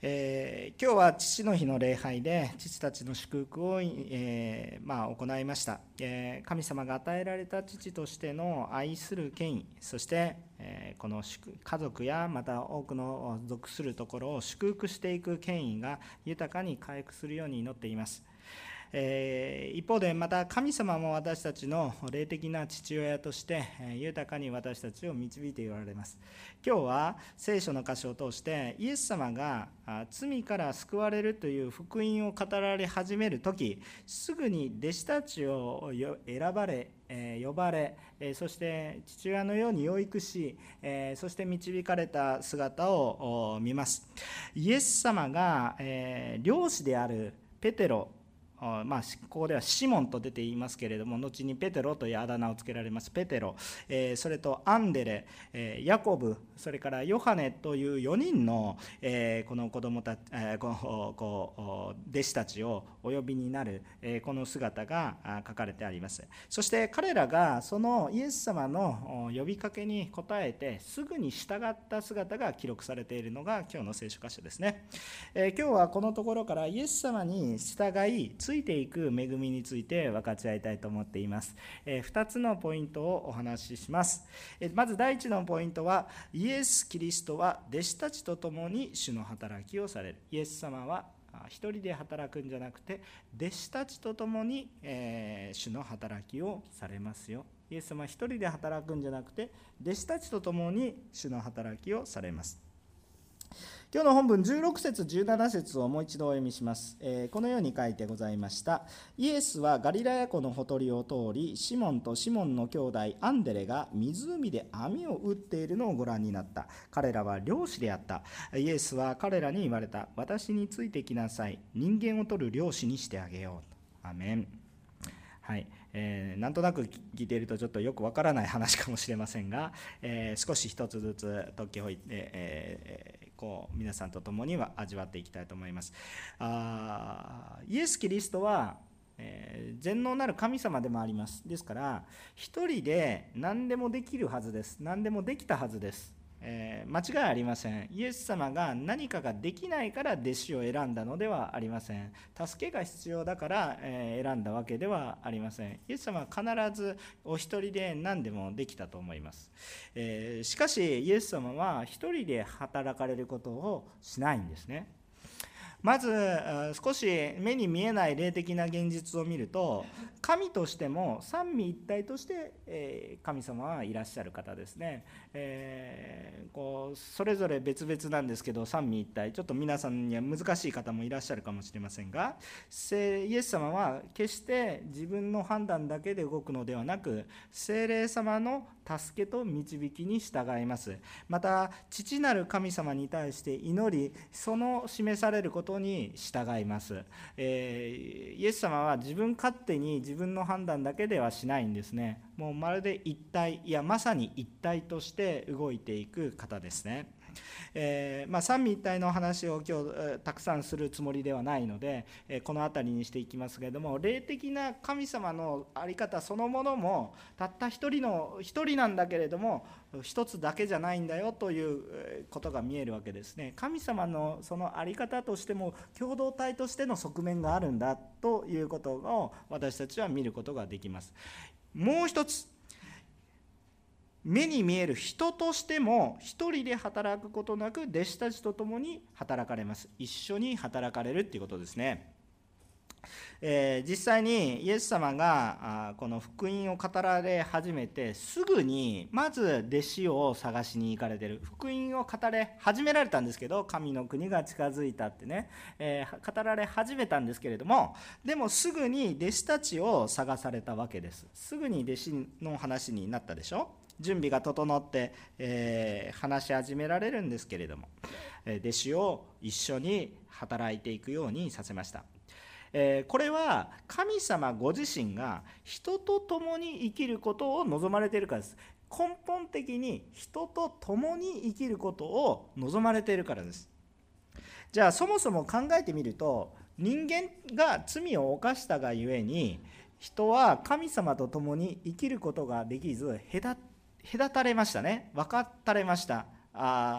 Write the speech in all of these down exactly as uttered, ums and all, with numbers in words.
えー今日は父の日の礼拝で父たちの祝福を、えーまあ、行いました、えー神様が与えられた父としての愛する権威、そして、えーこの祝家族やまた多くの属するところを祝福していく権威が豊かに回復するように祈っています。えー一方でまた神様も私たちの霊的な父親としてえー豊かに私たちを導いておられます。今日は聖書の箇所を通してイエス様があ罪から救われるという福音を語られ始めるとき、すぐに弟子たちをよ選ばれ、えー呼ばれ、えーそして父親のように養育し、えーそして導かれた姿をお見ます。イエス様が、えー漁師であるペテロ、あまあ、ここではシモンと出ていますけれども、後にペテロというあだ名をつけられますペテロ、えーそれとアンデレ、えーヤコブ、それからヨハネというよにんの、えーこの子供たち、えーこのこう弟子たちをお呼びになる、えーこの姿があ書かれてあります。そして彼らがそのイエス様のお呼びかけに応えてすぐに従った姿が記録されているのが今日の聖書箇所ですね。えー今日はこのところからイエス様に従いついていく恵みについて分かち合いたいと思っています。えーふたつのポイントをお話しします。えーまず第一のポイントは、イエス・キリストは弟子たちと共に主の働きをされる。イエス様はあ一人で働くんじゃなくて弟子たちと共に、えー主の働きをされますよ。イエス様は一人で働くんじゃなくて弟子たちと共に主の働きをされます。今日の本文じゅうろく節じゅうなな節をもう一度お読みします。えーこのように書いてございました。イエスはガリラヤ湖のほとりを通り、シモンとシモンの兄弟アンデレが湖で網を打っているのをご覧になった。彼らは漁師であった。イエスは彼らに言われた。私についてきなさい。人間を取る漁師にしてあげよう。アメン。はい、えーなんとなく聞いているとちょっとよくわからない話かもしれませんが、えー少し一つずつ解きほいて、えーこう皆さんと共には味わっていきたいと思います。あーイエス・キリストは、えー全能なる神様でもあります。ですから一人で何でもできるはずです。何でもできたはずです。えー間違いありません。イエス様が何かができないから弟子を選んだのではありません。助けが必要だから、えー選んだわけではありません。イエス様は必ずお一人で何でもできたと思います。えーしかしイエス様は一人で働かれることをしないんですね。まず少し目に見えない霊的な現実を見ると、神としても三位一体として神様はいらっしゃる方ですね。えーこうそれぞれ別々なんですけど三位一体、ちょっと皆さんには難しい方もいらっしゃるかもしれませんが、イエス様は決して自分の判断だけで動くのではなく、聖霊様の助けと導きに従います。また父なる神様に対して祈り、その示されることに従います。えーイエス様は自分勝手に自分の判断だけではしないんですね。もうまるで一体、いやまさに一体として動いていく方ですね。えーまあ、三位一体の話を今日、えーたくさんするつもりではないので、えーこの辺りにしていきますけれども、霊的な神様の在り方そのものもたった一人の一人なんだけれども、一つだけじゃないんだよというえーことが見えるわけですね。神様のその在り方としても共同体としての側面があるんだということを私たちは見ることができます。もう一つ、目に見える人としても一人で働くことなく弟子たちと共に働かれます。一緒に働かれるということですね。えー実際にイエス様があこの福音を語られ始めてすぐにまず弟子を探しに行かれている。福音を語れ始められたんですけど、神の国が近づいたってね、えー語られ始めたんですけれども、でもすぐに弟子たちを探されたわけです。すぐに弟子の話になったでしょ。準備が整って、えー話し始められるんですけれども、えー弟子を一緒に働いていくようにさせました。えーこれは神様ご自身が人と共に生きることを望まれているからです。根本的に人と共に生きることを望まれているからです。じゃあそもそも考えてみると、人間が罪を犯したがゆえに人は神様と共に生きることができず隔隔たれましたね。分かたれました。あ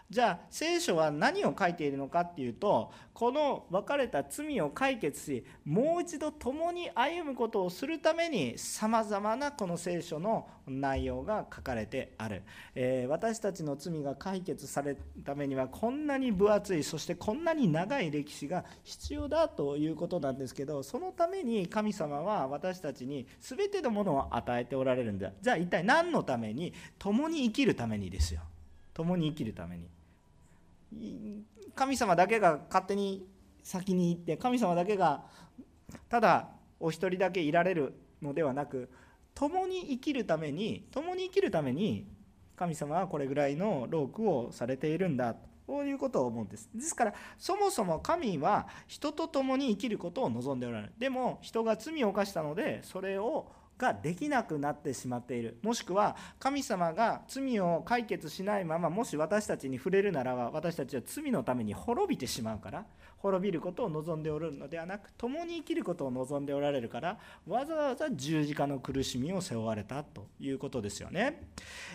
じゃあ聖書は何を書いているのかっていうと、この別れた罪を解決し、もう一度共に歩むことをするためにさまざまなこの聖書の内容が書かれてある、えー、私たちの罪が解決されるためにはこんなに分厚い、そしてこんなに長い歴史が必要だということなんですけど、そのために神様は私たちに全てのものを与えておられるんだ。じゃあ一体何のために？共に生きるためにですよ。共に生きるために。神様だけが勝手に先に行って、神様だけがただお一人だけいられるのではなく、共に生きるために共に生きるために神様はこれぐらいの労苦をされているんだということを思うんです。ですからそもそも神は人と共に生きることを望んでおられる。でも人が罪を犯したのでそれをができなくなってしまっている。もしくは神様が罪を解決しないままもし私たちに触れるならば、私たちは罪のために滅びてしまうから、滅びることを望んでおるのではなく、共に生きることを望んでおられるから、わざわざ十字架の苦しみを背負われたということですよね。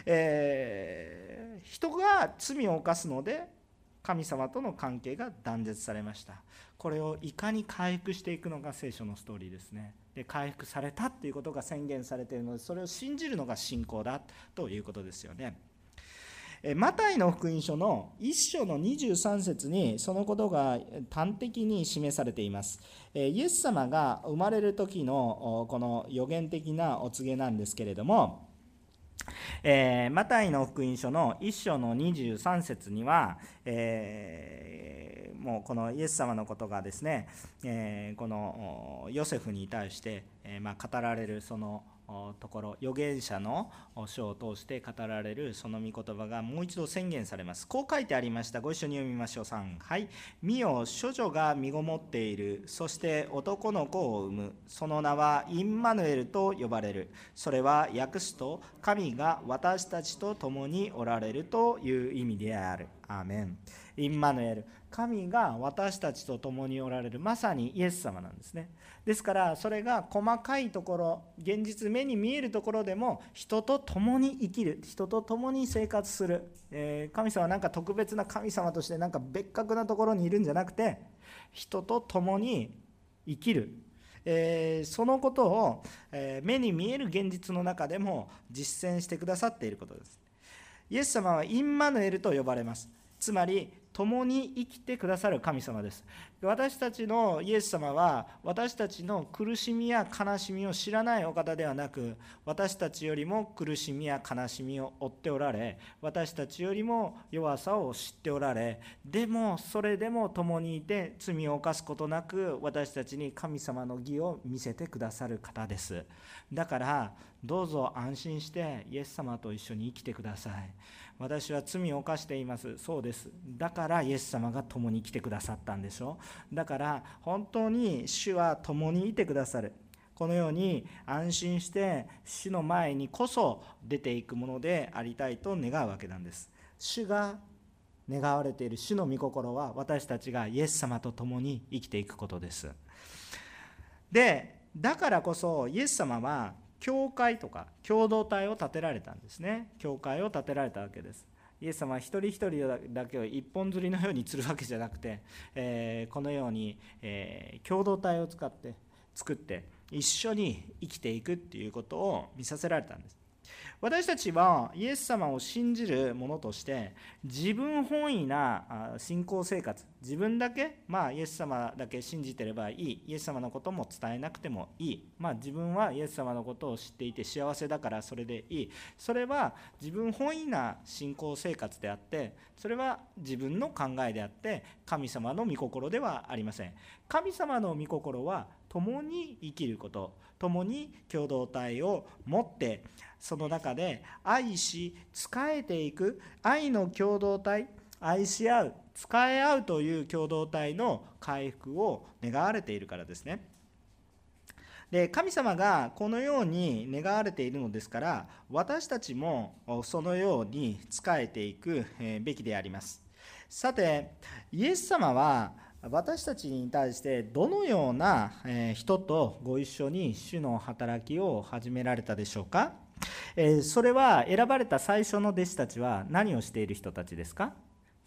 えー、人が罪を犯すので神様との関係が断絶されました。これをいかに回復していくのが聖書のストーリーですね。で、回復されたということが宣言されているので、それを信じるのが信仰だということですよね。マタイの福音書のいっ章のにじゅうさん節にそのことが端的に示されています。イエス様が生まれる時のこの予言的なお告げなんですけれども、えー、マタイの福音書のいっ章のにじゅうさん節には、えー、もうこのイエス様のことがですね、えー、このヨセフに対して、えーまあ、語られるそのところ、預言者の書を通して語られるその御言葉がもう一度宣言されます。こう書いてありました。ご一緒に読みましょう。さん、はい。見よ、処女が身ごもっている。そして男の子を産む。その名はインマヌエルと呼ばれる。それは訳すと、神が私たちと共におられるという意味である。アーメン。インマヌエル、神が私たちと共におられる、まさにイエス様なんですね。ですからそれが細かいところ、現実目に見えるところでも人と共に生きる、人と共に生活する、えー、神様はなんか特別な神様としてなんか別格なところにいるんじゃなくて、人と共に生きる、えー、そのことを、えー、目に見える現実の中でも実践してくださっていることです。イエス様はインマヌエルと呼ばれます。つまり共に生きてくださる神様です。私たちのイエス様は私たちの苦しみや悲しみを知らないお方ではなく、私たちよりも苦しみや悲しみを負っておられ、私たちよりも弱さを知っておられ、でもそれでも共にいて罪を犯すことなく私たちに神様の義を見せてくださる方です。だからどうぞ安心してイエス様と一緒に生きてください。私は罪を犯しています。そうです。だからイエス様が共に来てくださったんでしょう。だから本当に主は共にいてくださる。このように安心して主の前にこそ出ていくものでありたいと願うわけなんです。主が願われている主の御心は、私たちがイエス様と共に生きていくことです。で、だからこそイエス様は教会とか共同体を建てられたんですね。教会を建てられたわけです。イエス様は一人一人だけを一本釣りのように釣るわけじゃなくて、えー、このように、えー、共同体を使って作って一緒に生きていくっていうことを見させられたんです。私たちはイエス様を信じる者として自分本位な信仰生活、自分だけ、まあイエス様だけ信じてればいい、イエス様のことも伝えなくてもいい、まあ自分はイエス様のことを知っていて幸せだからそれでいい、それは自分本位な信仰生活であって、それは自分の考えであって神様の御心ではありません。神様の御心は共に生きること、共に共同体を持ってその中で愛し仕えていく愛の共同体、愛し合う、仕え合うという共同体の回復を願われているからですね。で、神様がこのように願われているのですから、私たちもそのように仕えていくべきであります。さて、イエス様は私たちに対してどのような人とご一緒に主の働きを始められたでしょうか。それは選ばれた最初の弟子たちは何をしている人たちですか。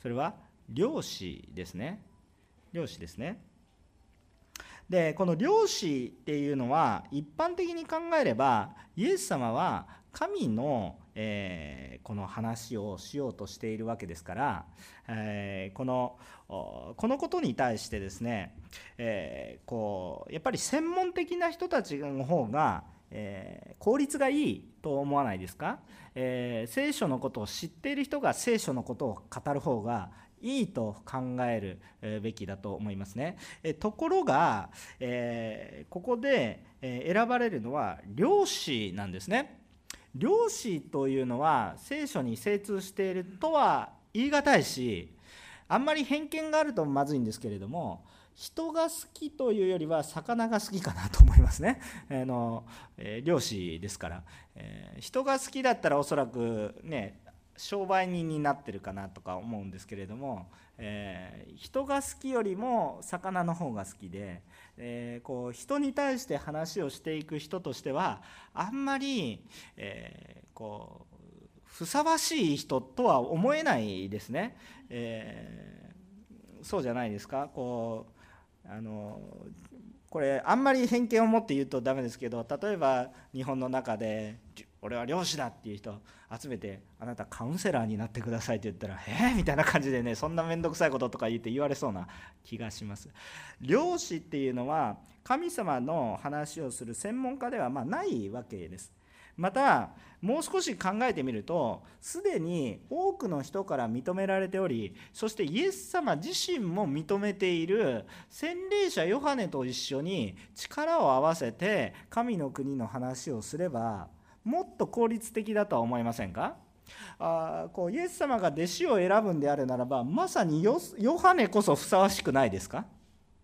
それは量子ですね。量子ですね。で、この量子っていうのは一般的に考えれば、イエス様は神の、えーこの話をしようとしているわけですから、えーこのこのことに対してですね、えーこうやっぱり専門的な人たちの方が、えー効率がいいと思わないですか？えー聖書のことを知っている人が聖書のことを語る方がいいと考えるべきだと思いますね。ところが、えーここで選ばれるのは量子なんですね。量子というのは聖書に精通しているとは言い難いし、あんまり偏見があるとまずいんですけれども、人が好きというよりは魚が好きかなと思いますね。あの、えー漁師ですから、えー人が好きだったらおそらくね商売人になってるかなとか思うんですけれども、えー人が好きよりも魚の方が好きで、えーこう人に対して話をしていく人としてはあんまり、えーこうふさわしい人とは思えないですね。えーそうじゃないですか。こうあのこれあんまり偏見を持って言うとダメですけど、例えば日本の中で俺は漁師だっていう人集めて、あなたカウンセラーになってくださいって言ったら、えーみたいな感じでね、そんな面倒くさいこととか言って言われそうな気がします。漁師っていうのは神様の話をする専門家ではまあないわけです。またもう少し考えてみると、すでに多くの人から認められており、そしてイエス様自身も認めている洗礼者ヨハネと一緒に力を合わせて神の国の話をすればもっと効率的だとは思いませんか？あこうイエス様が弟子を選ぶんであるならば、まさに ヨ, ヨハネこそふさわしくないですか？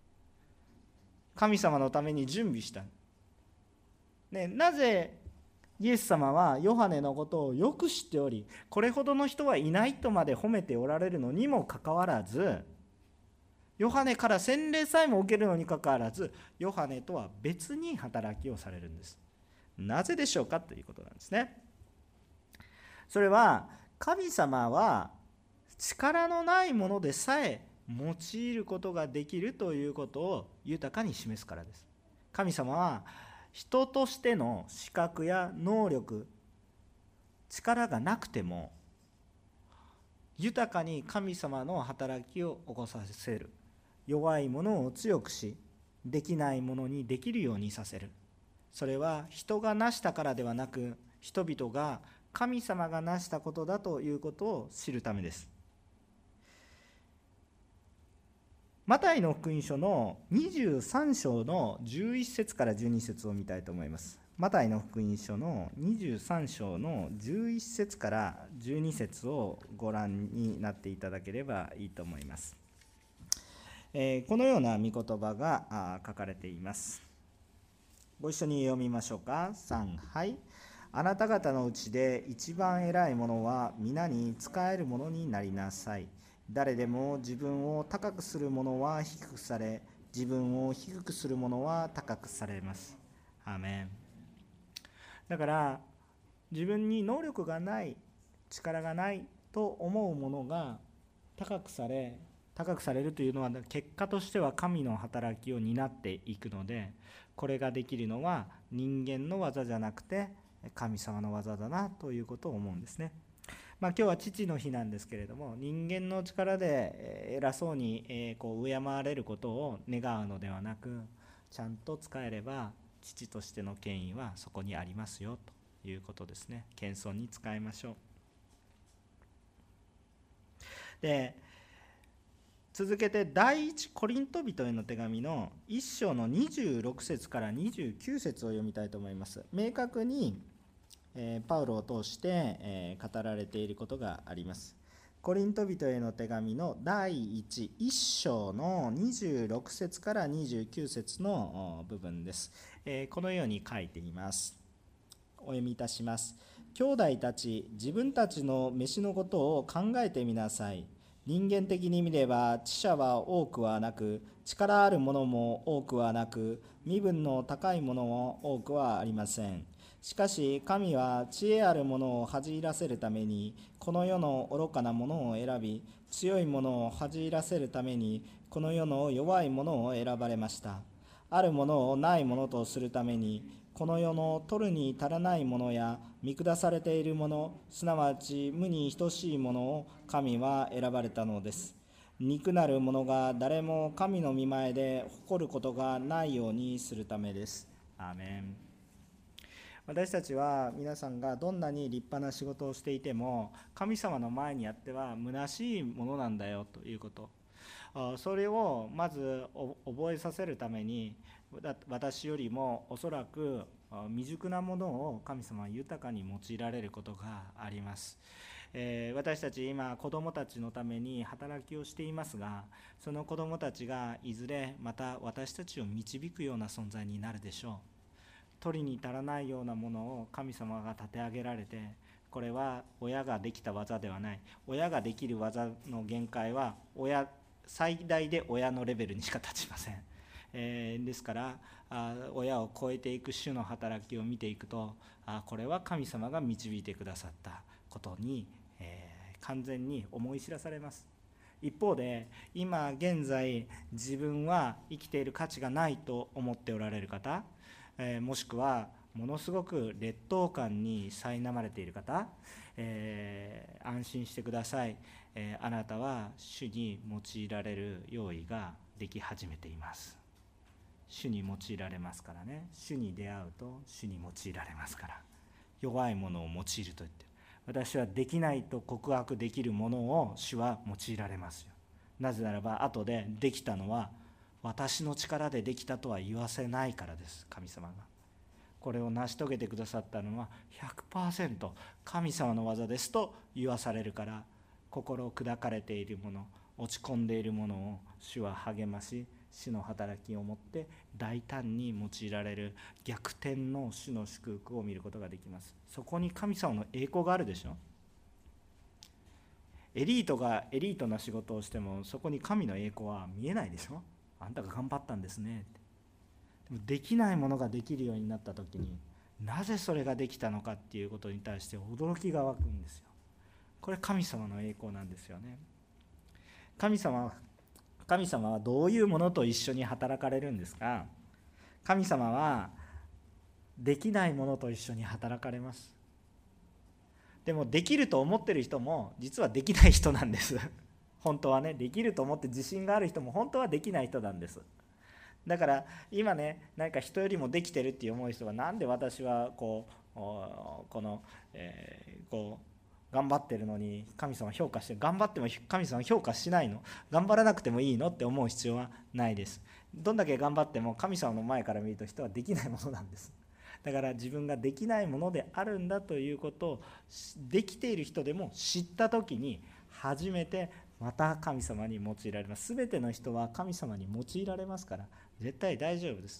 神様のために準備した、ね、なぜイエス様はヨハネのことをよく知っており、これほどの人はいないとまで褒めておられるのにもかかわらず、ヨハネから洗礼さえも受けるのにかかわらず、ヨハネとは別に働きをされるんです。なぜでしょうかということなんですね。それは神様は力のないものでさえ用いることができるということを豊かに示すからです。神様は人としての資格や能力、力がなくても豊かに神様の働きを起こさせる。弱いものを強くし、できないものにできるようにさせる。それは人が成したからではなく、人々が神様が成したことだということを知るためです。マタイの福音書のにじゅうさん章のじゅういち節からじゅうに節を見たいと思います。マタイの福音書のにじゅうさん章のじゅういち節からじゅうに節をご覧になっていただければいいと思います。えー、このような御言葉が書かれています。ご一緒に読みましょうか。さん、はい。あなた方のうちで一番偉いものは皆に仕えるものになりなさい。誰でも自分を高くする者は低くされ、自分を低くする者は高くされます。アーメン。だから自分に能力がない、力がないと思う者が高くされ、高くされるというのは結果としては神の働きを担っていくので、これができるのは人間の技じゃなくて神様の技だなということを思うんですね。まあ、今日は父の日なんですけれども、人間の力で偉そうにこう敬われることを願うのではなく、ちゃんと使えれば父としての権威はそこにありますよということですね。謙遜に使いましょう。で、続けて第一コリント人への手紙のいっ章のにじゅうろく節からにじゅうきゅう節を読みたいと思います。明確にパウロを通して語られていることがあります。コリント人への手紙の第一いっ章のにじゅうろく節からにじゅうきゅう節の部分です。このように書いています。お読みいたします。兄弟たち、自分たちの飯のことを考えてみなさい。人間的に見れば知者は多くはなく、力あるものも多くはなく、身分の高いものも多くはありません。 しかし神は知恵ある者を恥じらせるためにこの世の愚かなものを選び、強い者を恥じらせるためにこの世の弱い者を選ばれました。あるものをないものとするためにこの世の取るに足らないものや見下されているもの、すなわち無に等しいものを神は選ばれたのです。肉なるものが誰も神の御前で誇ることがないようにするためです。アーメン。私たちは皆さんがどんなに立派な仕事をしていても神様の前にあっては虚しいものなんだよということ、それをまず覚えさせるために、私よりもおそらく未熟なものを神様は豊かに用いられることがあります。えー、私たち今子どもたちのために働きをしていますが、その子どもたちがいずれまた私たちを導くような存在になるでしょう。取りに足らないようなものを神様が立て上げられて、これは親ができた技ではない。親ができる技の限界は親最大で親のレベルにしか立ちません。えー、ですからあ親を超えていく主の働きを見ていくと、あこれは神様が導いてくださったことに、えー、完全に思い知らされます。一方で今現在自分は生きている価値がないと思っておられる方、えー、もしくはものすごく劣等感に苛まれている方、えー、安心してください、えー、あなたは主に用いられる用意ができ始めています。主に用いられますからね。主に出会うと主に用いられますから。弱いものを用いると言って、私はできないと告白できるものを主は用いられますよ。なぜならば後でできたのは私の力でできたとは言わせないからです。神様がこれを成し遂げてくださったのは ひゃくパーセント 神様の技ですと言わされるから、心砕かれているもの、落ち込んでいるものを主は励まし、主の働きをもって大胆に用いられる逆転の主の祝福を見ることができます。そこに神様の栄光があるでしょ。エリートがエリートな仕事をしてもそこに神の栄光は見えないでしょ。あんたが頑張ったんですねって。でもできないものができるようになった時に、なぜそれができたのかっていうことに対して驚きが湧くんですよ。これ神様の栄光なんですよね。神様は神様はどういうものと一緒に働かれるんですか。神様はできないものと一緒に働かれます。でもできると思ってる人も実はできない人なんです本当はね、できると思って自信がある人も本当はできない人なんです。だから今ね、なんか人よりもできてるって思う人が、なんで私はこうこの、えー、こう頑張ってるのに神様評価して、頑張っても神様評価しないの、頑張らなくてもいいのって思う必要はないです。どんだけ頑張っても神様の前から見ると人はできないものなんです。だから自分ができないものであるんだということをできている人でも知った時に初めてまた神様に用いられます。全ての人は神様に用いられますから絶対大丈夫です。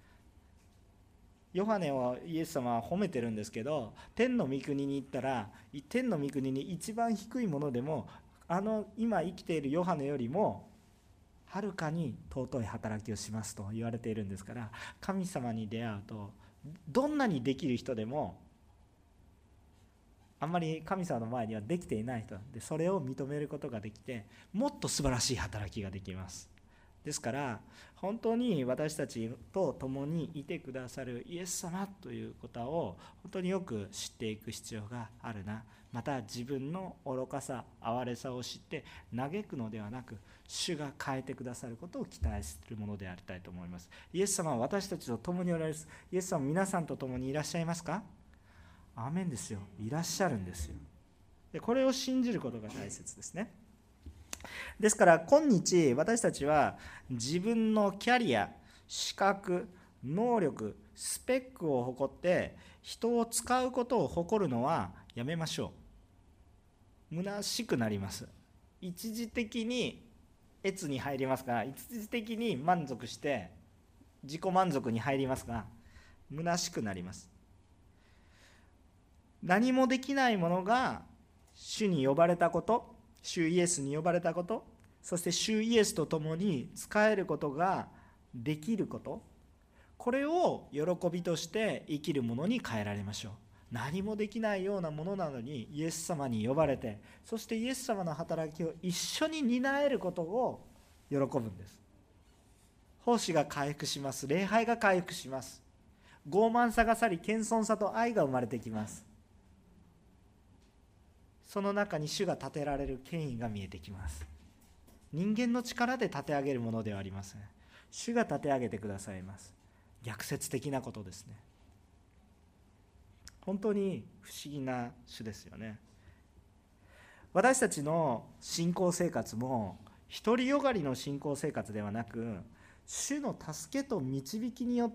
ヨハネをイエス様は褒めてるんですけど、天の御国に行ったら天の御国に一番低いものでもあの今生きているヨハネよりもはるかに尊い働きをしますと言われているんですから、神様に出会うとどんなにできる人でもあんまり神様の前にはできていない人で、それを認めることができてもっと素晴らしい働きができます。ですから本当に私たちと共にいてくださるイエス様ということを本当によく知っていく必要があるな。また自分の愚かさ、哀れさを知って嘆くのではなく、主が変えてくださることを期待するものでありたいと思います。イエス様は私たちと共におられる。イエス様は皆さんと共にいらっしゃいますか。アーメンですよ。いらっしゃるんですよ。でこれを信じることが大切ですね。ですから今日私たちは自分のキャリア、資格、能力、スペックを誇って人を使うことを誇るのはやめましょう。虚しくなります。一時的に悦に入りますが、一時的に満足して自己満足に入りますが、虚しくなります。何もできないものが主に呼ばれたこと、主イエスに呼ばれたこと、そして主イエスと共に仕えることができること、 これを喜びとして生きるものに変えられましょう。何もできないようなものなのにイエス様に呼ばれて、そしてイエス様の働きを一緒に担えることを喜ぶんです。奉仕が回復します。礼拝が回復します。傲慢さが去り、謙遜さと愛が生まれてきます。その中に主が立てられる権威が見えてきます。人間の力で立て上げるものではありません。主が立て上げてくださいます。逆説的なことですね。本当に不思議な主ですよね。私たちの信仰生活も独りよがりの信仰生活ではなく、主の助けと導きによって、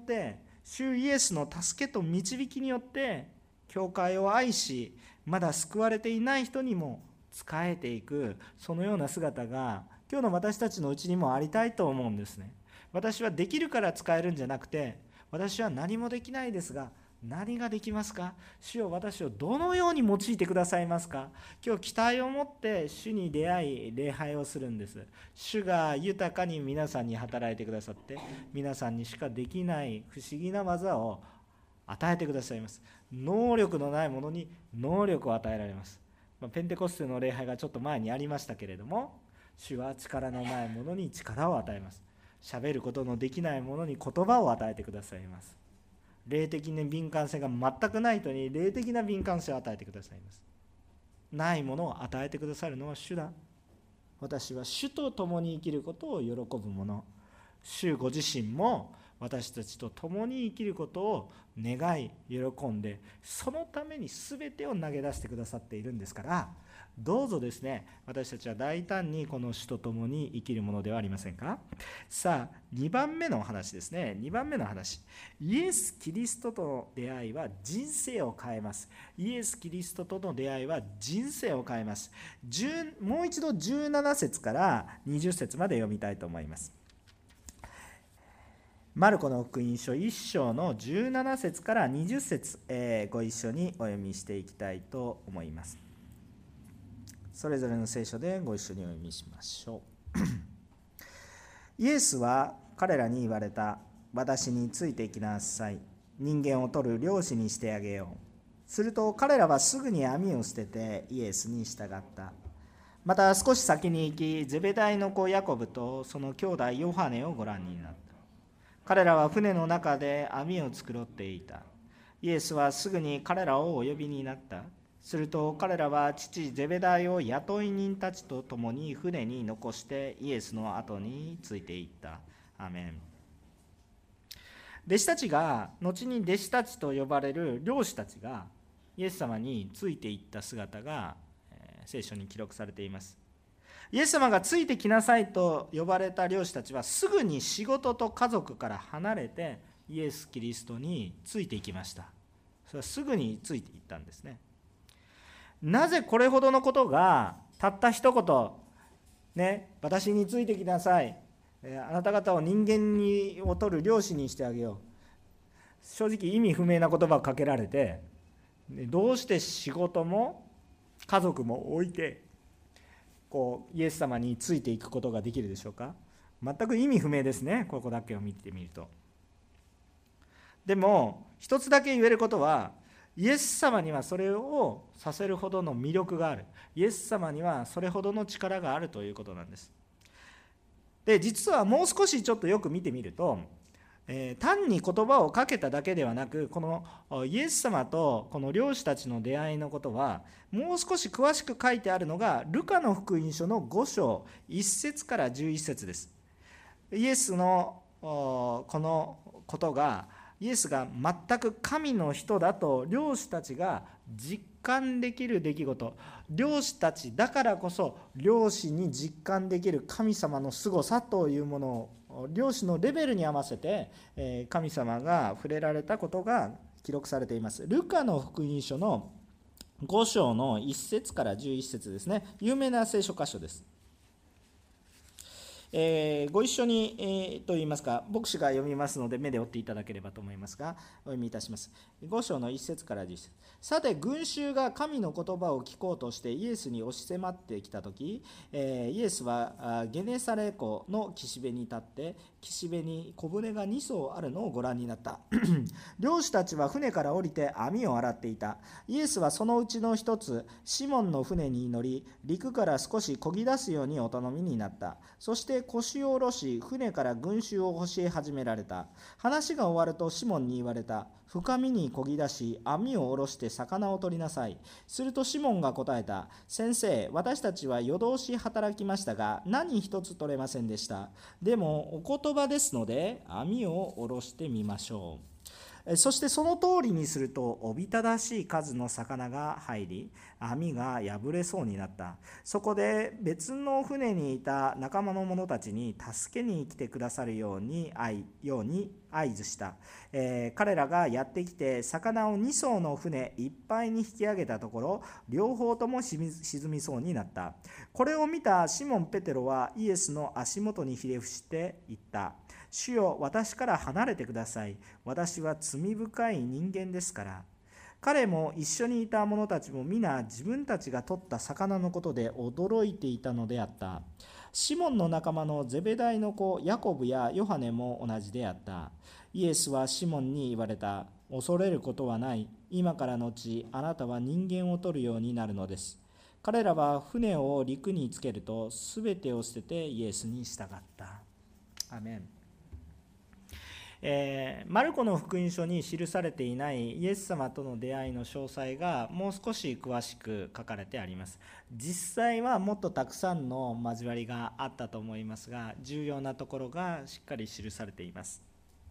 主イエスの助けと導きによって教会を愛し、まだ救われていない人にも仕えていく、そのような姿が今日の私たちのうちにもありたいと思うんですね。私はできるから使えるんじゃなくて、私は何もできないですが、何ができますか？主よ、私をどのように用いてくださいますか？今日期待を持って主に出会い礼拝をするんです。主が豊かに皆さんに働いてくださって、皆さんにしかできない不思議な技を与えてくださいます。能力のないものに能力を与えられます。ペンテコステの礼拝がちょっと前にありましたけれども、主は力のないものに力を与えます。喋ることのできないものに言葉を与えてくださいます。霊的な敏感性が全くない人に霊的な敏感性を与えてくださいます。ないものを与えてくださるのは主だ。私は主と共に生きることを喜ぶ者。主ご自身も私たちと共に生きることを願い喜んで、そのために全てを投げ出してくださっているんですから、どうぞですね、私たちは大胆にこの主と共に生きるものではありませんか。さあ、にばんめの話ですね。にばんめの話、イエス・キリストとの出会いは人生を変えます。イエス・キリストとの出会いは人生を変えます。もう一度じゅうなな節からにじゅっ節まで読みたいと思います。マルコの福音書いっ章のじゅうなな節からにじゅっ節、えー、ご一緒にお読みしていきたいと思います。それぞれの聖書でご一緒にお読みしましょう。イエスは彼らに言われた。私についてきなさい。人間を取る漁師にしてあげよう。すると彼らはすぐに網を捨ててイエスに従った。また少し先に行き、ゼベダイの子ヤコブとその兄弟ヨハネをご覧になった。彼らは船の中で網を繕っていた。イエスはすぐに彼らをお呼びになった。すると彼らは父ゼベダイを雇い人たちと共に船に残してイエスの後についていった。アーメン。弟子たちが、後に弟子たちと呼ばれる漁師たちがイエス様についていった姿が聖書に記録されています。イエス様がついてきなさいと呼ばれた漁師たちはすぐに仕事と家族から離れてイエス・キリストについていきました。それはすぐについていったんですね。なぜこれほどのことがたった一言ね、私についてきなさい、あなた方を人間にを取る漁師にしてあげよう、正直意味不明な言葉をかけられて、どうして仕事も家族も置いてこうイエス様についていくことができるでしょうか。全く意味不明ですね、ここだけを見てみると。でも一つだけ言えることは、イエス様にはそれをさせるほどの魅力がある。イエス様にはそれほどの力があるということなんです。で、実はもう少しちょっとよく見てみると、えー、単に言葉をかけただけではなく、このイエス様とこの漁師たちの出会いのことはもう少し詳しく書いてあるのがルカの福音書のご章いっ節からじゅういっ節です。イエスのこのことが、イエスが全く神の人だと漁師たちが実感できる出来事、漁師たちだからこそ漁師に実感できる神様のすごさというものを漁師のレベルに合わせて神様が触れられたことが記録されています。ルカの福音書のご章のいっ節からじゅういっ節ですね。有名な聖書箇所です。 えーご一緒に、えーといいますか、牧師が読みますので、目で追っていただければと思いますが、お読みいたします。ご章のいっ節からじゅっ節。さて、群衆が神の言葉を聞こうとしてイエスに押し迫ってきたとき、えーイエスはあゲネサレ湖の岸辺に立って、岸辺に小舟がに艘あるのをご覧になった。漁師たちは船から降りて網を洗っていた。イエスはそのうちの一つ、シモンの船に乗り、陸から少し漕ぎ出すようにお頼みになった。そして腰を下ろし、船から群衆を教え始められた。話が終わるとシモンに言われた。深みに漕ぎ出し、網を下ろして魚を取りなさい。するとシモンが答えた。先生、私たちは夜通し働きましたが、何一つ取れませんでした。でも、お言葉ですので、網を下ろしてみましょう。そしてその通りにすると、おびただしい数の魚が入り、網が破れそうになった。そこで別の船にいた仲間の者たちに助けに来てくださるようにように合図した。えー、彼らがやってきて、魚をに艘の船いっぱいに引き上げたところ、両方とも沈みそうになった。これを見たシモン・ペテロはイエスの足元にひれ伏して言った。主よ、私から離れてください。私は罪深い人間ですから。彼も一緒にいた者たちも皆自分たちが取った魚のことで驚いていたのであった。シモンの仲間のゼベダイの子ヤコブやヨハネも同じであった。イエスはシモンに言われた。恐れることはない。今からのちあなたは人間を取るようになるのです。彼らは船を陸につけると、すべてを捨ててイエスに従った。アメン。えー、マルコの福音書に記されていないイエス様との出会いの詳細がもう少し詳しく書かれてあります。実際はもっとたくさんの交わりがあったと思いますが、重要なところがしっかり記されています。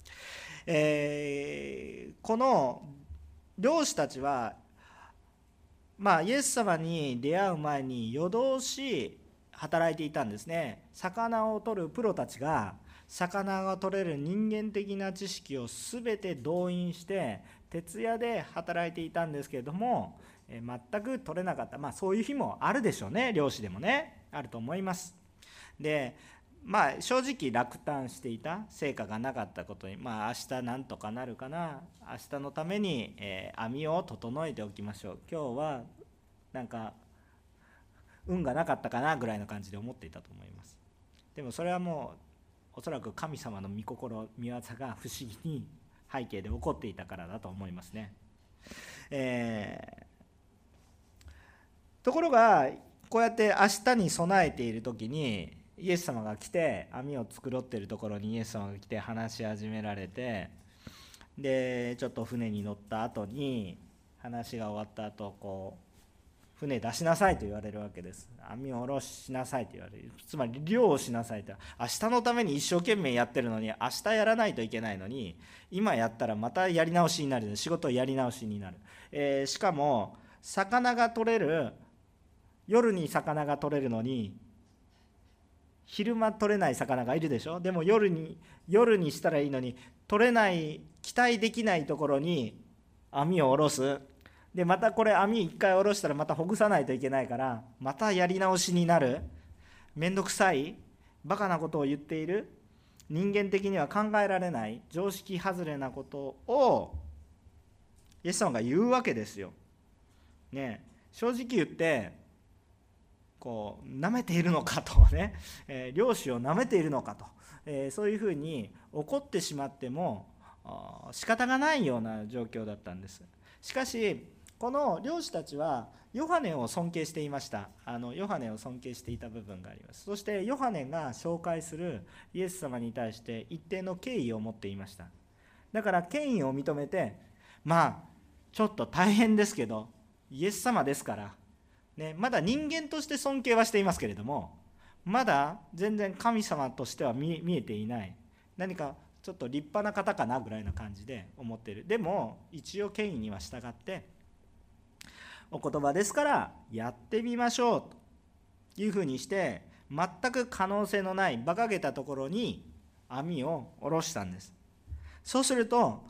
えー、この漁師たちは、まあ、イエス様に出会う前に夜通し働いていたんですね。魚を取るプロたちが魚が取れる人間的な知識をすべて動員して徹夜で働いていたんですけれども、え全く取れなかった。まあそういう日もあるでしょうね。漁師でもね、あると思います。でまあ正直落胆していた。成果がなかったことに、まあ明日なんとかなるかな、明日のために、えー、網を整えておきましょう、今日はなんか運がなかったかなぐらいの感じで思っていたと思います。でもそれはもうおそらく神様の御心、御業が不思議に背景で起こっていたからだと思いますね。えー、ところがこうやって明日に備えている時にイエス様が来て、網を繕っているところにイエス様が来て話し始められて、でちょっと船に乗った後に、話が終わった後こう船出しなさいと言われるわけです。網を下ろしなさいと言われる。つまり漁をしなさいと。明日のために一生懸命やってるのに、明日やらないといけないのに、今やったらまたやり直しになる。仕事をやり直しになる。えー、しかも魚が取れる、夜に魚が取れるのに昼間取れない魚がいるでしょ。でも夜に夜にしたらいいのに、取れない、期待できないところに網を下ろす。でまたこれ網一回下ろしたらまたほぐさないといけないから、またやり直しになる。めんどくさいバカなことを言っている、人間的には考えられない常識外れなことをイエス様が言うわけですよ。ね、正直言ってこう舐めているのかとね、えー、漁師を舐めているのかと、えー、そういうふうに怒ってしまっても仕方がないような状況だったんです。しかしこの漁師たちはヨハネを尊敬していました。あのヨハネを尊敬していた部分があります。そしてヨハネが紹介するイエス様に対して一定の敬意を持っていました。だから権威を認めて、まあちょっと大変ですけどイエス様ですから、ね、まだ人間として尊敬はしていますけれども、まだ全然神様としては 見, 見えていない、何かちょっと立派な方かなぐらいな感じで思っている。でも一応権威には従ってお言葉ですからやってみましょうというふうにして、全く可能性のない馬鹿げたところに網を下ろしたんです。そうすると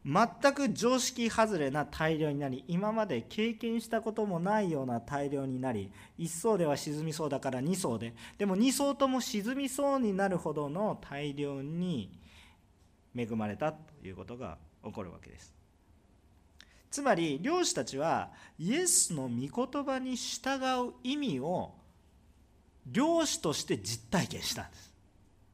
全く常識外れな大量になり、今まで経験したこともないような大量になり、いっ層では沈みそうだからに層で、でもに層とも沈みそうになるほどの大量に恵まれたということが起こるわけです。つまり漁師たちはイエスの御言葉に従う意味を漁師として実体験したんです。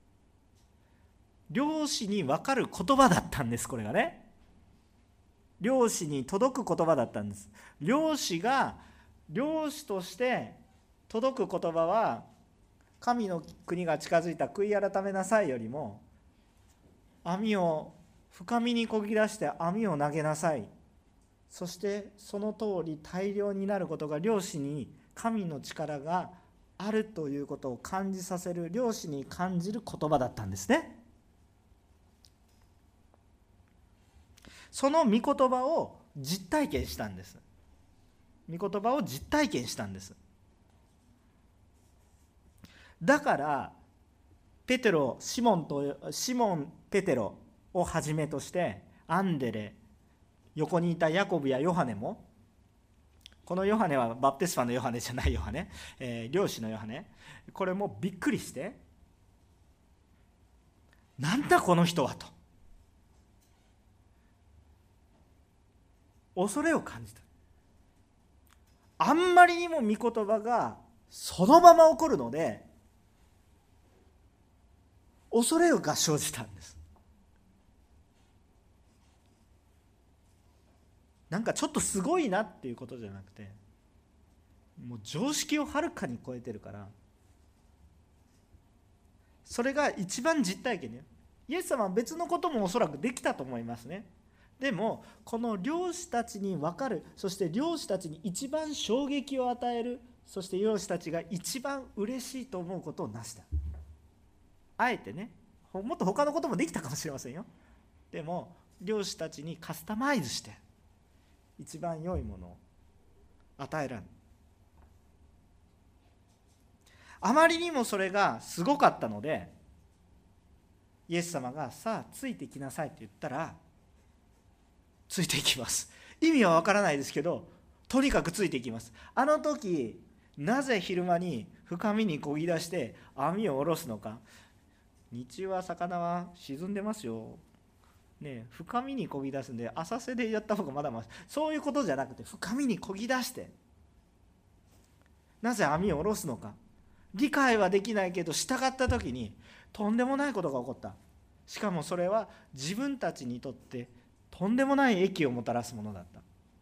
漁師に分かる言葉だったんです。これがね、漁師に届く言葉だったんです。漁師が漁師として届く言葉は、神の国が近づいた、悔い改めなさいよりも、網を深みにこぎ出して網を投げなさい、そしてその通り大量になることが、漁師に神の力があるということを感じさせる、漁師に感じる言葉だったんですね。その御言葉を実体験したんです。御言葉を実体験したんです。だからペテロ、シモンとシモン・ペテロをはじめとして、アンデレ、横にいたヤコブやヨハネも、このヨハネはバプテスマのヨハネじゃないヨハネ、えー、漁師のヨハネ、これもびっくりして、なんだこの人はと恐れを感じた。あんまりにも御言葉がそのまま起こるので、恐れが生じたんです。なんかちょっとすごいなっていうことじゃなくて、もう常識をはるかに超えてるから、それが一番実体験ね。イエス様は別のこともおそらくできたと思いますね。でもこの漁師たちに分かる、そして漁師たちに一番衝撃を与える、そして漁師たちが一番嬉しいと思うことをなした。あえてね、もっと他のこともできたかもしれませんよ。でも漁師たちにカスタマイズして一番良いものを与えられる。あまりにもそれがすごかったので、イエス様がさあついてきなさいって言ったらついていきます。意味はわからないですけど、とにかくついていきます。あの時なぜ昼間に深みにこぎ出して網を下ろすのか。日中は魚は沈んでますよ、ね、深みにこぎ出すんで浅瀬でやった方がまだまだ、そういうことじゃなくて、深みにこぎ出してなぜ網を下ろすのか、理解はできないけど従った時にとんでもないことが起こった。しかもそれは自分たちにとってとんでもない益をもたらすものだった。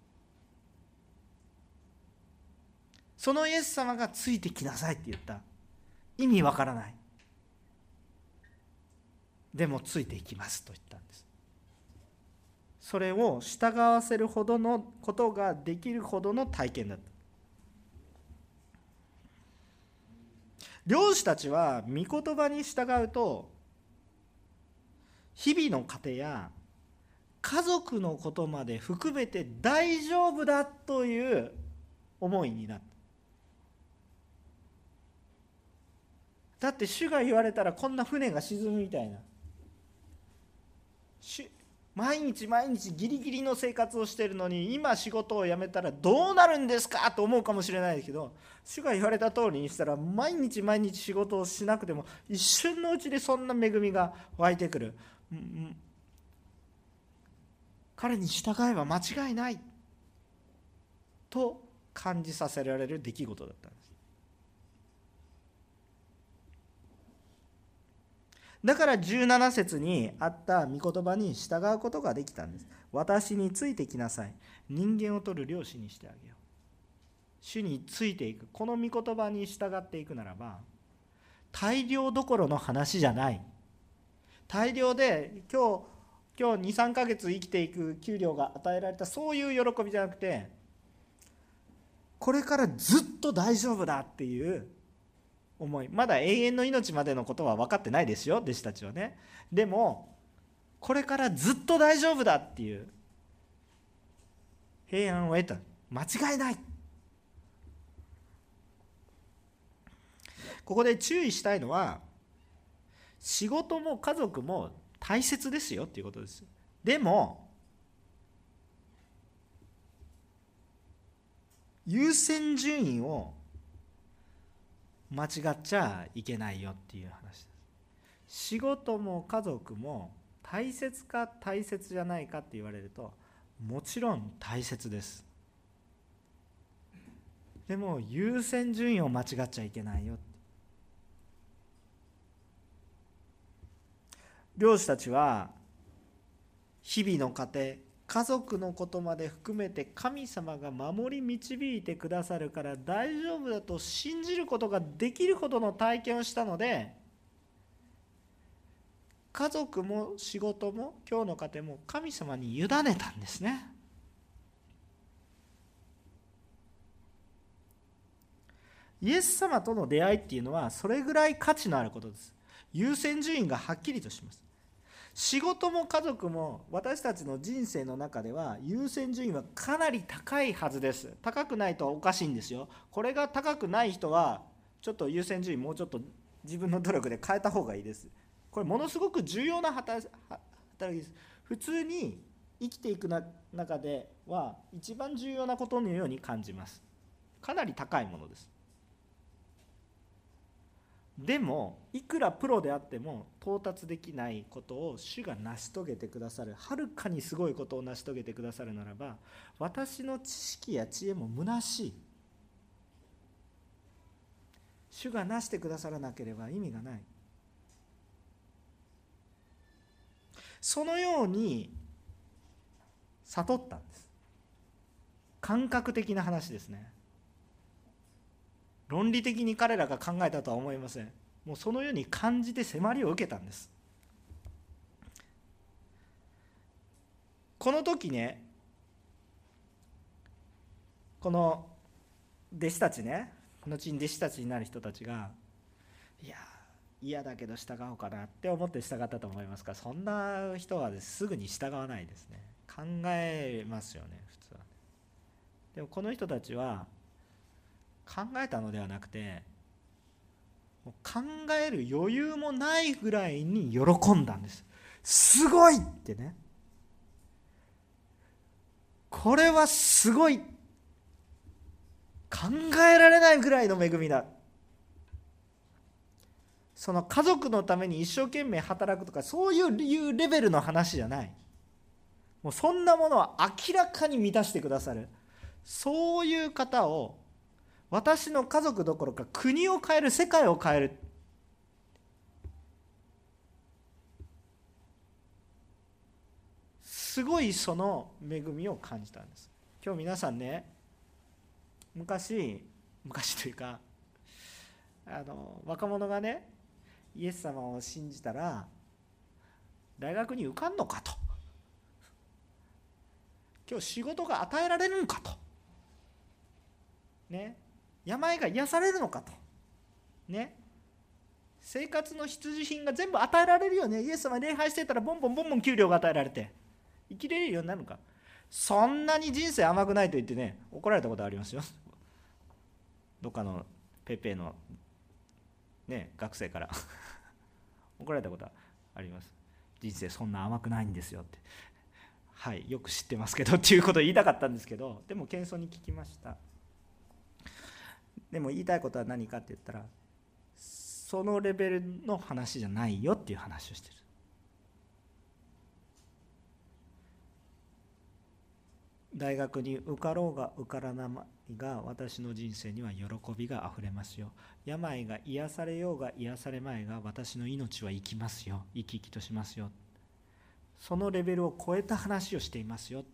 そのイエス様がついてきなさいって言った。意味わからない、でもついていきますと言ったんです。それを従わせるほどのことができるほどの体験だった。漁師たちは御言葉に従うと、日々の糧や家族のことまで含めて大丈夫だという思いになった。だって主が言われたらこんな船が沈むみたいな、毎日毎日ギリギリの生活をしているのに、今仕事を辞めたらどうなるんですかと思うかもしれないけど、主が言われた通りにしたら毎日毎日仕事をしなくても一瞬のうちでそんな恵みが湧いてくる。彼に従えば間違いないと感じさせられる出来事だったんです。だからじゅうなな節にあった御言葉に従うことができたんです。私についてきなさい。人間を取る漁師にしてあげよう。主についていく。この御言葉に従っていくならば、大量どころの話じゃない。大量で今日、今日に、さんかげつ生きていく給料が与えられた、そういう喜びじゃなくて、これからずっと大丈夫だっていう思い。まだ永遠の命までのことは分かってないですよ、弟子たちはね。でもこれからずっと大丈夫だっていう平安を得た。間違いない。ここで注意したいのは、仕事も家族も大切ですよっていうことです。でも優先順位を間違っちゃいけないよっていう話です。仕事も家族も大切か大切じゃないかって言われると、もちろん大切です。でも優先順位を間違っちゃいけないよ。漁師たちは日々の家庭、家族のことまで含めて神様が守り導いてくださるから大丈夫だと信じることができるほどの体験をしたので、家族も仕事も今日の家庭も神様に委ねたんですね。イエス様との出会いっていうのはそれぐらい価値のあることです。優先順位がはっきりとします。仕事も家族も私たちの人生の中では優先順位はかなり高いはずです。高くないとおかしいんですよ。これが高くない人はちょっと優先順位もうちょっと自分の努力で変えた方がいいです。これものすごく重要な働きです。普通に生きていく中では一番重要なことのように感じます。かなり高いものです。でもいくらプロであっても到達できないことを主が成し遂げてくださる、はるかにすごいことを成し遂げてくださるならば、私の知識や知恵も虚しい。主が成してくださらなければ意味がない。そのように悟ったんです。感覚的な話ですね。論理的に彼らが考えたとは思いません。もうそのように感じて迫りを受けたんです。この時ね、この弟子たちね、後に弟子たちになる人たちが、いや嫌だけど従おうかなって思って従ったと思いますから、そんな人はすぐに従わないですね。考えますよね、普通は。でもこの人たちは考えたのではなくて、考える余裕もないぐらいに喜んだんです。すごいってね。これはすごい。考えられないぐらいの恵みだ。その家族のために一生懸命働くとか、そういうレベルの話じゃない。もうそんなものは明らかに満たしてくださる。そういう方を、私の家族どころか国を変える、世界を変える。すごいその恵みを感じたんです。今日皆さんね、昔昔というかあの若者がね、イエス様を信じたら大学に受かんのかと、今日仕事が与えられるのかとね、病が癒されるのかとね、生活の必需品が全部与えられるよね。イエス様礼拝してたらボンボンボンボン給料が与えられて生きれるようになるのか。そんなに人生甘くないと言ってね、怒られたことありますよ。どっかのペッペのね学生から怒られたことあります。人生そんな甘くないんですよって。はい、よく知ってますけどっていうことを言いたかったんですけど、でも謙遜に聞きました。でも言いたいことは何かって言ったら、そのレベルの話じゃないよっていう話をしてる。大学に受かろうが受からないが、私の人生には喜びがあふれますよ。病が癒されようが癒されまいが、私の命は生きますよ。生き生きとしますよ。そのレベルを超えた話をしていますよ。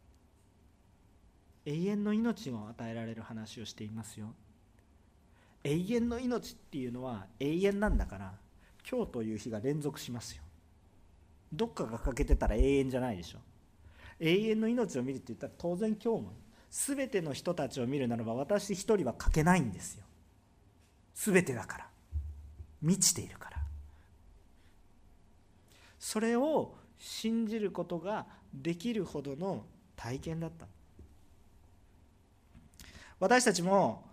永遠の命を与えられる話をしていますよ。永遠の命っていうのは永遠なんだから、今日という日が連続しますよ。どっかが欠けてたら永遠じゃないでしょ。永遠の命を見るって言ったら、当然今日も全ての人たちを見るならば、私一人は欠けないんですよ。全てだから、満ちているから。それを信じることができるほどの体験だった。私たちも、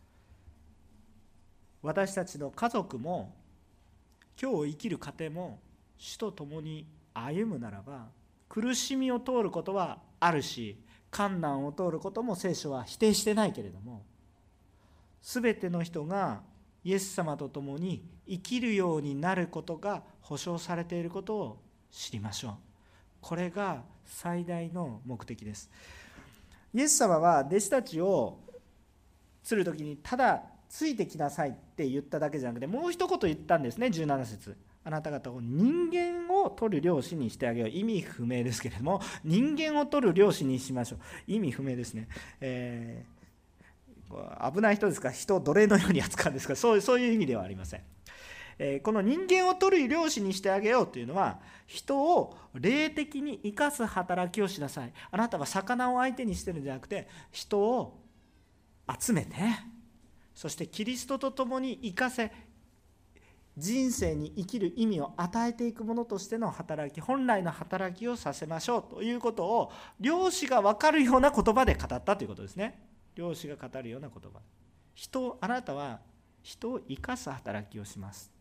私たちの家族も、今日生きる家庭も主と共に歩むならば、苦しみを通ることはあるし、 困難を通ることも聖書は否定してないけれども、すべての人がイエス様と共に生きるようになることが保証されていることを知りましょう。これが最大の目的です。イエス様は弟子たちを釣るときにただついてきなさいって言っただけじゃなくて、もう一言言ったんですね。じゅうなな節、あなた方を人間を取る漁師にしてあげよう。意味不明ですけれども、人間を取る漁師にしましょう。意味不明ですね。えー危ない人ですか、人を奴隷のように扱うんですか、そう、そういう意味ではありません。えー、この人間を取る漁師にしてあげようというのは、人を霊的に生かす働きをしなさい。あなたは魚を相手にしてるんじゃなくて、人を集めて、そしてキリストと共に生かせ、人生に生きる意味を与えていくものとしての働き、本来の働きをさせましょうということを、漁師が分かるような言葉で語ったということですね。漁師が語るような言葉、人あなたは人を生かす働きをします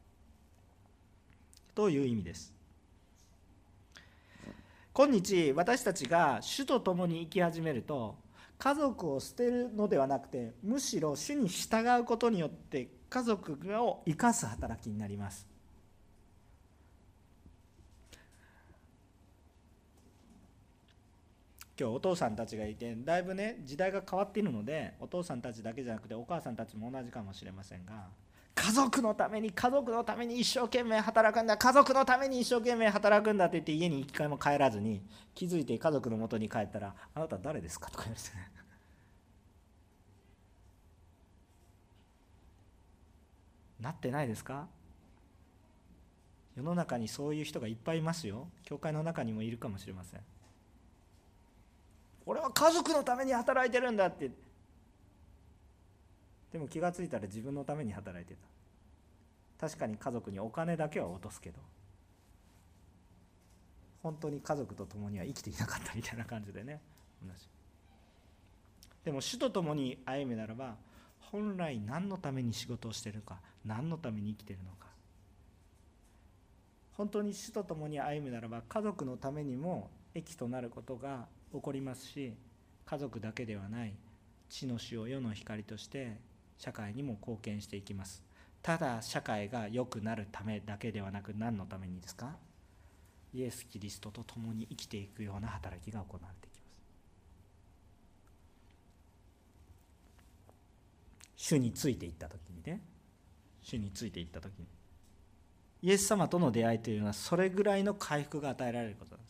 という意味です。今日私たちが主と共に生き始めると、家族を捨てるのではなくて、むしろ主に従うことによって家族を生かす働きになります。今日お父さんたちがいて、だいぶね時代が変わっているので、お父さんたちだけじゃなくてお母さんたちも同じかもしれませんが、家族のために家族のために一生懸命働くんだ、家族のために一生懸命働くんだって言って家に一回も帰らずに、気づいて家族の元に帰ったら、あなた誰ですかとか言われてね、なってないですか？世の中にそういう人がいっぱいいますよ。教会の中にもいるかもしれません。俺は家族のために働いてるんだって、でも気がついたら自分のために働いてた。確かに家族にお金だけは落とすけど、本当に家族と共には生きていなかったみたいな感じでね、同じ。でも主と共に歩むならば、本来何のために仕事をしているか、何のために生きているのか、本当に主と共に歩むならば、家族のためにも益となることが起こりますし、家族だけではない地の塩、世の光として社会にも貢献していきます。ただ社会が良くなるためだけではなく、何のためにですか？イエス・キリストと共に生きていくような働きが行われていきます。主についていった時にね、主についていった時にイエス様との出会いというのは、それぐらいの回復が与えられることなんです。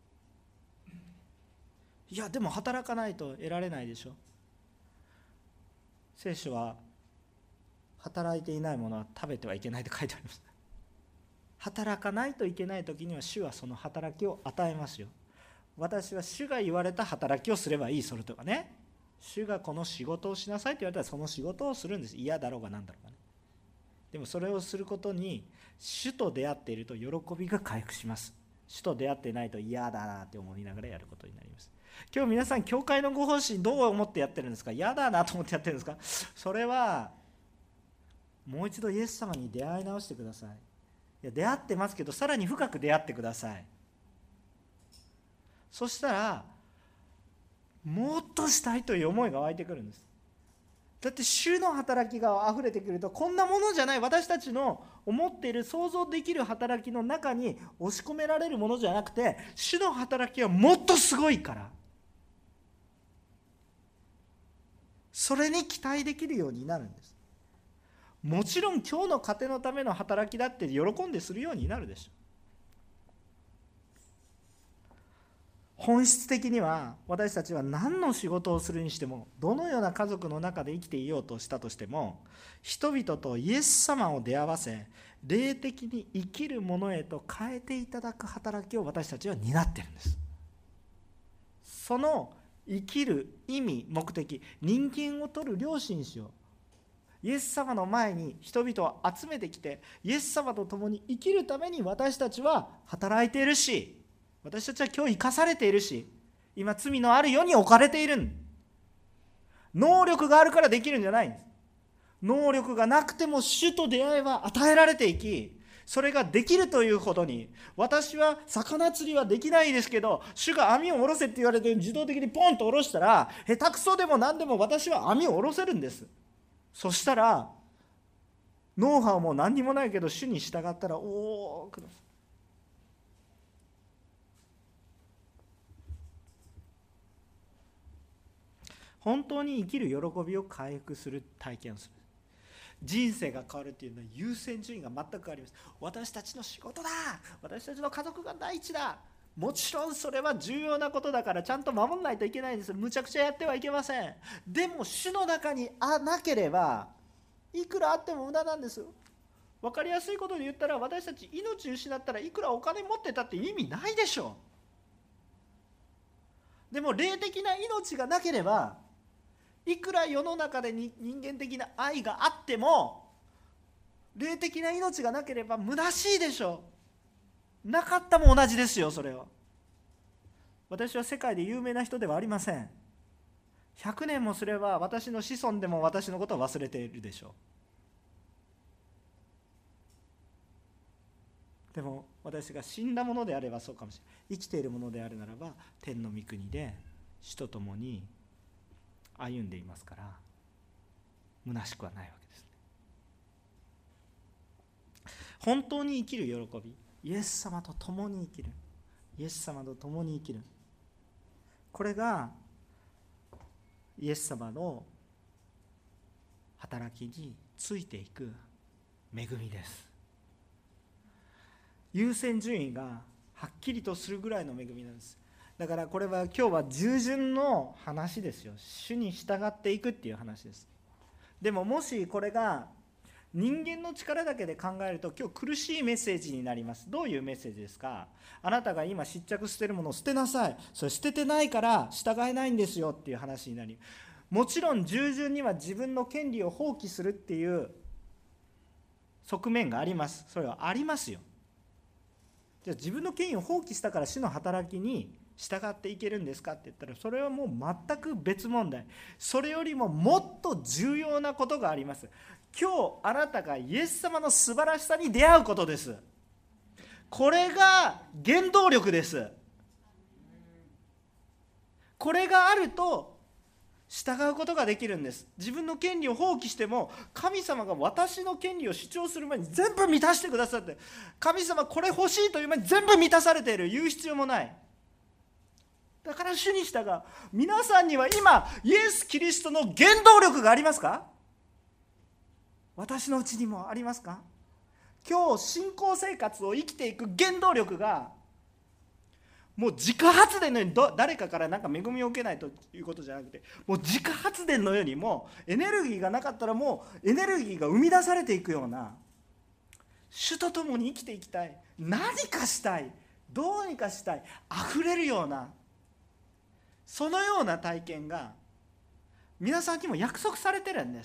いやでも働かないと得られないでしょ。聖書は働いていないものは食べてはいけないと書いてあります。働かないといけない時には主はその働きを与えますよ。私は主が言われた働きをすればいい、それとかね、主がこの仕事をしなさいと言われたらその仕事をするんです。嫌だろうが何だろうがね。でもそれをすることに主と出会っていると喜びが回復します。主と出会っていないと嫌だなって思いながらやることになります。今日皆さん教会のご奉仕どう思ってやってるんですか？嫌だなと思ってやってるんですか？それはもう一度イエス様に出会い直してください。いや出会ってますけど、さらに深く出会ってください。そしたらもっとしたいという思いが湧いてくるんです。だって主の働きがあふれてくると、こんなものじゃない、私たちの思っている想像できる働きの中に押し込められるものじゃなくて、主の働きはもっとすごいから、それに期待できるようになるんです。もちろん今日の家庭のための働きだって喜んでするようになるでしょう。本質的には私たちは何の仕事をするにしても、どのような家族の中で生きていようとしたとしても、人々とイエス様を出会わせ、霊的に生きるものへと変えていただく働きを私たちは担っているんです。その生きる意味、目的、人間を取る良心しよう。イエス様の前に人々を集めてきて、イエス様と共に生きるために私たちは働いているし、私たちは今日生かされているし、今罪のある世に置かれている。能力があるからできるんじゃないんです。能力がなくても主と出会いは与えられていき、 それができるというほどに、私は魚釣りはできないですけど、主が網を下ろせって言われて自動的にポンと下ろしたら、下手くそでも何でも私は網を下ろせるんです。そしたらノウハウも何にもないけど、主に従ったら多くの本当に生きる喜びを回復する体験をする。人生が変わるというのは優先順位が全く変わります。私たちの仕事だ、私たちの家族が第一だ、もちろんそれは重要なことだからちゃんと守らないといけないんです。むちゃくちゃやってはいけません。でも主の中にあなければいくらあっても無駄なんです。分かりやすいことで言ったら、私たち命失ったらいくらお金持ってたって意味ないでしょう。でも霊的な命がなければ、いくら世の中でに人間的な愛があっても、霊的な命がなければ虚しいでしょう。なかったも同じですよ。それは私は世界で有名な人ではありません。ひゃくねんもすれば私の子孫でも私のことを忘れているでしょう。でも私が死んだものであればそうかもしれない。生きているものであるならば、天の御国で主と共に歩んでいますから、虚しくはないわけですね。本当に生きる喜び、イエス様と共に生きる、イエス様と共に生きる、これがイエス様の働きについていく恵みです。優先順位がはっきりとするぐらいの恵みなんです。だからこれは今日は従順の話ですよ。主に従っていくっていう話です。でももしこれが人間の力だけで考えると、今日苦しいメッセージになります。どういうメッセージですか？あなたが今失着しているものを捨てなさい、それ捨ててないから従えないんですよっていう話になり、もちろん従順には自分の権利を放棄するっていう側面があります。それはありますよ。じゃあ自分の権威を放棄したから主の働きに従っていけるんですかって言ったら、それはもう全く別問題。それよりももっと重要なことがあります。今日あなたがイエス様の素晴らしさに出会うことです。これが原動力です。これがあると従うことができるんです。自分の権利を放棄しても、神様が私の権利を主張する前に全部満たしてくださって、神様これ欲しいという前に全部満たされている、言う必要もない。だから主に従う。皆さんには今イエス・キリストの原動力がありますか？私のうちにもありますか？今日信仰生活を生きていく原動力が、もう自家発電のように誰かからなんか恵みを受けないということじゃなくて、もう自家発電のように、もうエネルギーがなかったらもうエネルギーが生み出されていくような、主と共に生きていきたい、何かしたい、どうにかしたい、あふれるような、そのような体験が皆さんにも約束されてるんです。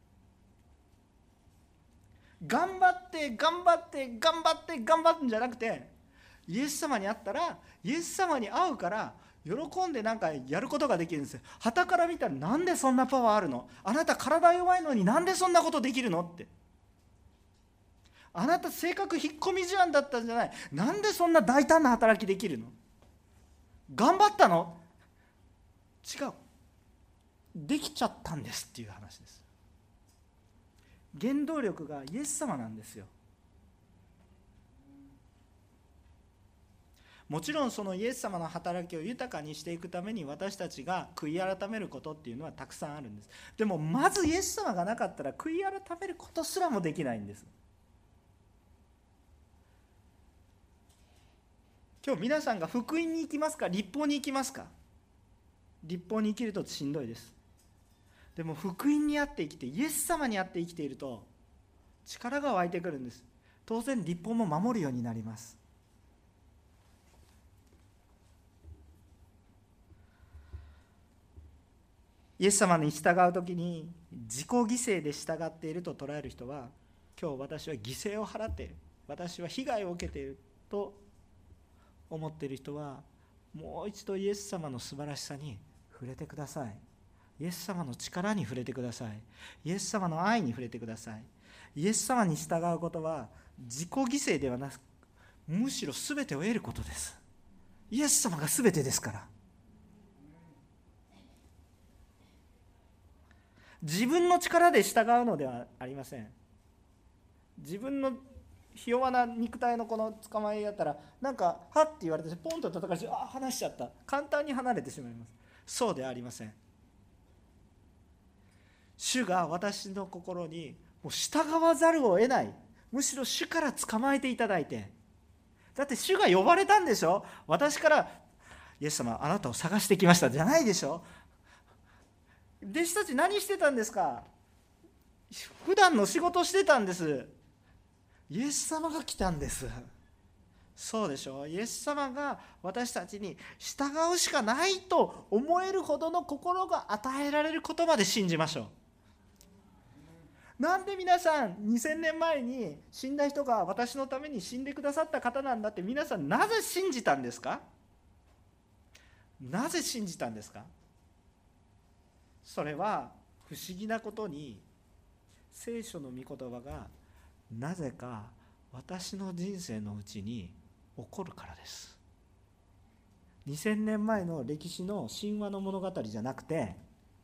頑張って頑張って頑張って頑張るんじゃなくて、イエス様に会ったらイエス様に会うから喜んでなんかやることができるんですよ。傍から見たら、なんでそんなパワーあるの、あなた体弱いのになんでそんなことできるのって、あなた性格引っ込み思案だったんじゃない、なんでそんな大胆な働きできるの、頑張ったの、違う、できちゃったんですっていう話です。原動力がイエス様なんですよ。もちろんそのイエス様の働きを豊かにしていくために、私たちが悔い改めることっていうのはたくさんあるんです。でもまずイエス様がなかったら悔い改めることすらもできないんです。今日皆さんが福音に行きますか、律法に行きますか？律法に生きるとしんどいです。でも福音にあって生きて、イエス様にあって生きていると力が湧いてくるんです。当然律法も守るようになります。イエス様に従うときに自己犠牲で従っていると捉える人は、今日私は犠牲を払っている、私は被害を受けていると思っている人は、もう一度イエス様の素晴らしさに触れてください。イエス様の力に触れてください。イエス様の愛に触れてください。 イエス様に従うことは自己犠牲ではなく、むしろ全てを得ることです。イエス様が全てですから。自分の力で従うのではありません。自分のひ弱な肉体のこの捕まえやったら、なんかはって言われてポンと叩かれて、あ離しちゃった、簡単に離れてしまいます。そうではありません。主が私の心にもう従わざるを得ない、むしろ主から捕まえていただいて、だって主が呼ばれたんでしょ。私からイエス様あなたを探してきましたじゃないでしょ。弟子たち何してたんですか。普段の仕事してたんです。イエス様が来たんです。そうでしょう。イエス様が私たちに従うしかないと思えるほどの心が与えられることまで信じましょう。なんで皆さんにせんねんまえに死んだ人が私のために死んでくださった方なんだって皆さんなぜ信じたんですか。なぜ信じたんですか。それは不思議なことに聖書の御言葉がなぜか私の人生のうちに起こるからです。にせんねんまえの歴史の神話の物語じゃなくて、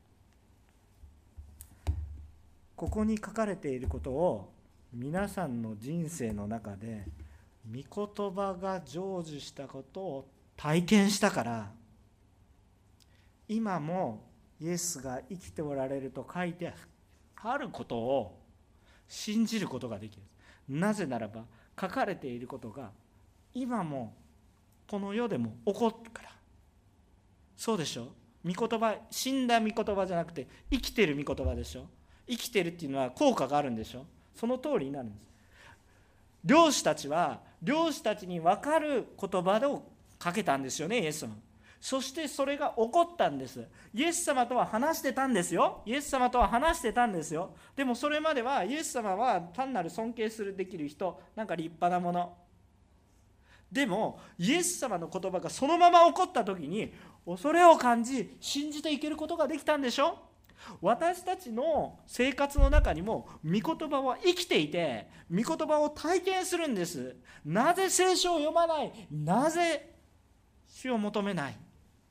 ここに書かれていることを皆さんの人生の中で御言葉が成就したことを体験したから、今もイエスが生きておられると書いてあることを信じることができる。なぜならば書かれていることが今もこの世でも起こるから。そうでしょ。御言葉、死んだ御言葉じゃなくて生きてる御言葉でしょ。生きてるっていうのは効果があるんでしょ。その通りになるんです。漁師たちは漁師たちに分かる言葉をかけたんですよね、イエス様。そしてそれが起こったんです。イエス様とは話してたんですよ。イエス様とは話してたんですよ。でもそれまではイエス様は単なる尊敬するできる人、なんか立派なもの。でもイエス様の言葉がそのまま起こった時に恐れを感じ信じていけることができたんでしょ。私たちの生活の中にも御言葉は生きていて、御言葉を体験するんです。なぜ聖書を読まない、なぜ主を求めない。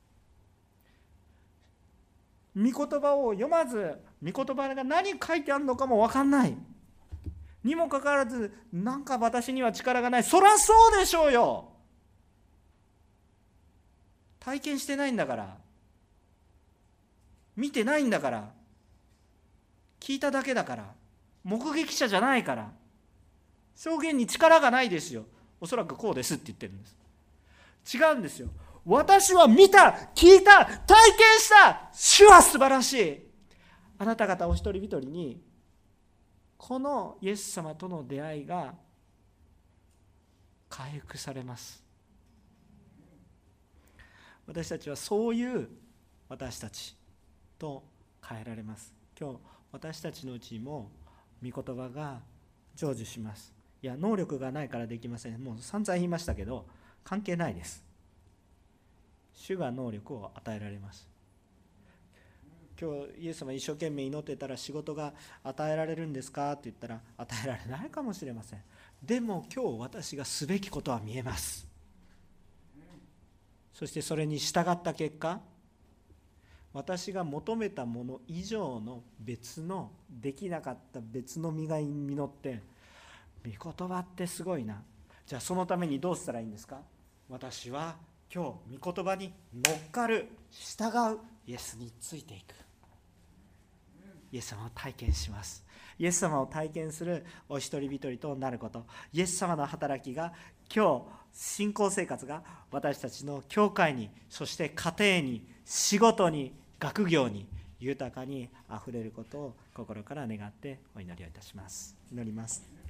御言葉を読まず、御言葉が何書いてあるのかも分かんないにもかかわらず、なんか私には力がない。そりゃそうでしょうよ。体験してないんだから、見てないんだから、聞いただけだから、目撃者じゃないから、証言に力がないですよ。おそらくこうですって言ってるんです。違うんですよ。私は見た、聞いた、体験した。主は素晴らしい。あなた方お一人一人にこのイエス様との出会いが回復されます。私たちはそういう私たちと変えられます。今日私たちのうちにも御言葉が成就します。いや、能力がないからできません。もう散々言いましたけど関係ないです。主が能力を与えられます。今日イエス様一生懸命祈ってたら仕事が与えられるんですかって言ったら与えられないかもしれません。でも今日私がすべきことは見えます。そしてそれに従った結果、私が求めたもの以上の別のできなかった別の実が実って、御言葉ってすごいな。じゃあそのためにどうしたらいいんですか。私は今日御言葉に乗っかる、従う、イエスについていく。イエス様を体験します。イエス様を体験するお一人一人となること、イエス様の働きが今日信仰生活が私たちの教会に、そして家庭に、仕事に、学業に豊かにあふれることを心から願ってお祈りをいたします。祈ります。